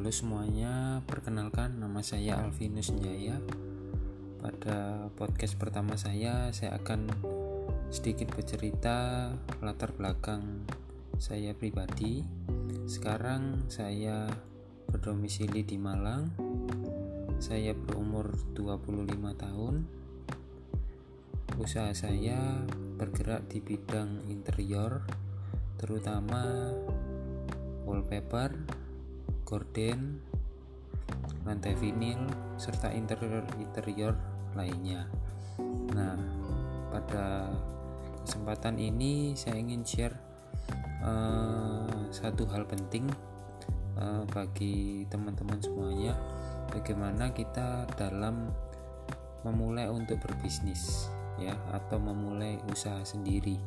Halo semuanya, perkenalkan nama saya Alvinus Senjaya. Pada podcast pertama saya akan sedikit bercerita latar belakang saya pribadi. Sekarang saya berdomisili di Malang. Saya berumur 25 tahun. Usaha saya bergerak di bidang interior, terutama wallpaper, gorden, lantai vinil, serta interior lainnya. Nah, pada kesempatan ini saya ingin share satu hal penting bagi teman-teman semuanya, bagaimana kita dalam memulai untuk berbisnis ya, atau memulai usaha sendiri.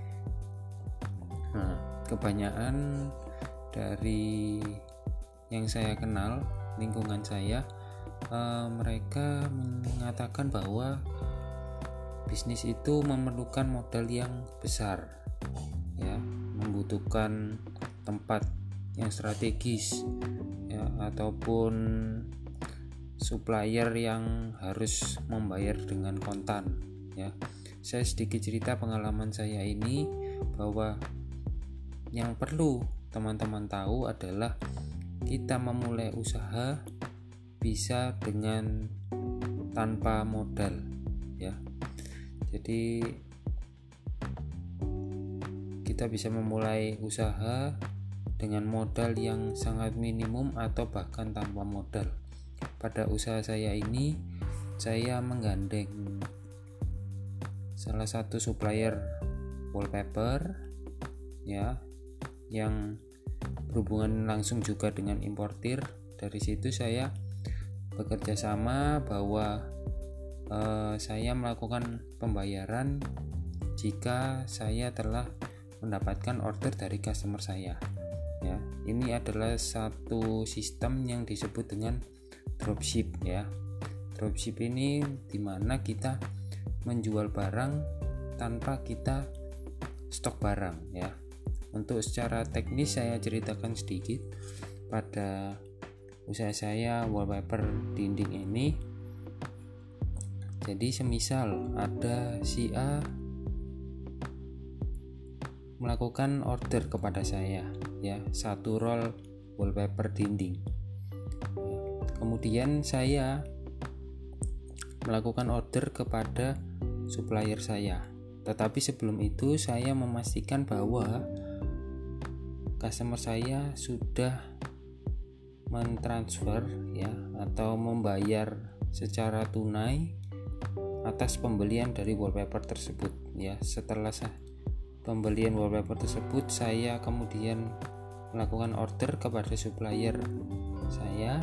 Nah, kebanyakan dari yang saya kenal, lingkungan saya, mereka mengatakan bahwa bisnis itu memerlukan modal yang besar ya, membutuhkan tempat yang strategis ya, ataupun supplier yang harus membayar dengan kontan ya. Saya sedikit cerita pengalaman saya ini, bahwa yang perlu teman-teman tahu adalah kita memulai usaha bisa dengan tanpa modal ya. Jadi kita bisa memulai usaha dengan modal yang sangat minimum atau bahkan tanpa modal. Pada usaha saya ini, saya menggandeng salah satu supplier wallpaper ya, yang berhubungan langsung juga dengan importir. Dari situ saya bekerja sama bahwa saya melakukan pembayaran jika saya telah mendapatkan order dari customer saya ya. Ini adalah satu sistem yang disebut dengan dropship ya. Dropship ini dimana kita menjual barang tanpa kita stok barang ya. Untuk secara teknis saya ceritakan sedikit. Pada usaha saya wallpaper dinding ini, jadi semisal ada si A melakukan order kepada saya ya, satu roll wallpaper dinding. Kemudian saya melakukan order kepada supplier saya. Tetapi sebelum itu saya memastikan bahwa customer saya sudah mentransfer ya, atau membayar secara tunai atas pembelian dari wallpaper tersebut ya. Setelah pembelian wallpaper tersebut, saya kemudian melakukan order kepada supplier saya.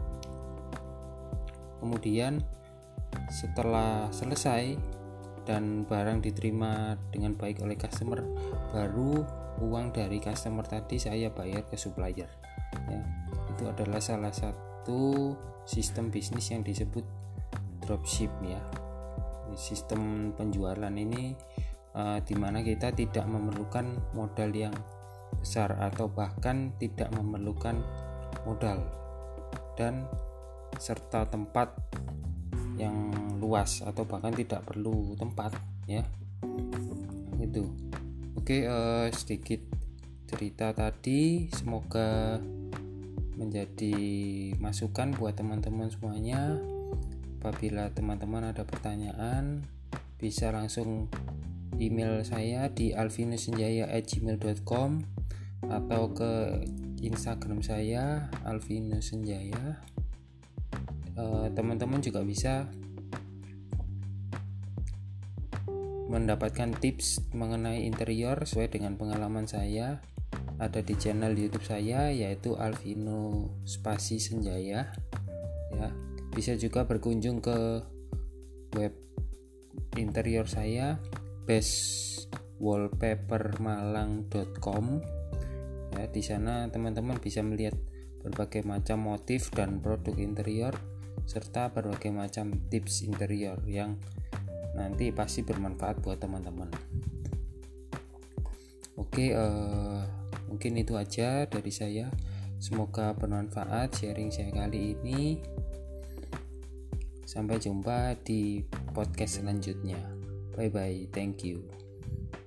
Kemudian setelah selesai dan barang diterima dengan baik oleh customer, baru uang dari customer tadi saya bayar ke supplier ya. Itu adalah salah satu sistem bisnis yang disebut dropship ya. Sistem penjualan ini dimana kita tidak memerlukan modal yang besar atau bahkan tidak memerlukan modal dan serta tempat yang luas, atau bahkan tidak perlu tempat ya. Itu oke, sedikit cerita tadi, semoga menjadi masukan buat teman-teman semuanya. Apabila teman-teman ada pertanyaan, bisa langsung email saya di alvinussenjaya@gmail.com atau ke Instagram saya alvinussenjaya. Teman-teman juga bisa mendapatkan tips mengenai interior sesuai dengan pengalaman saya. Ada di channel YouTube saya, yaitu Alvino Spasi Senjaya ya. Bisa juga berkunjung ke web interior saya, bestwallpapermalang.com ya. Di sana teman-teman bisa melihat berbagai macam motif dan produk interior, serta berbagai macam tips interior yang nanti pasti bermanfaat buat teman-teman. Oke, mungkin itu aja dari saya. Semoga bermanfaat sharing saya kali ini. Sampai jumpa di podcast selanjutnya. Bye bye, thank you.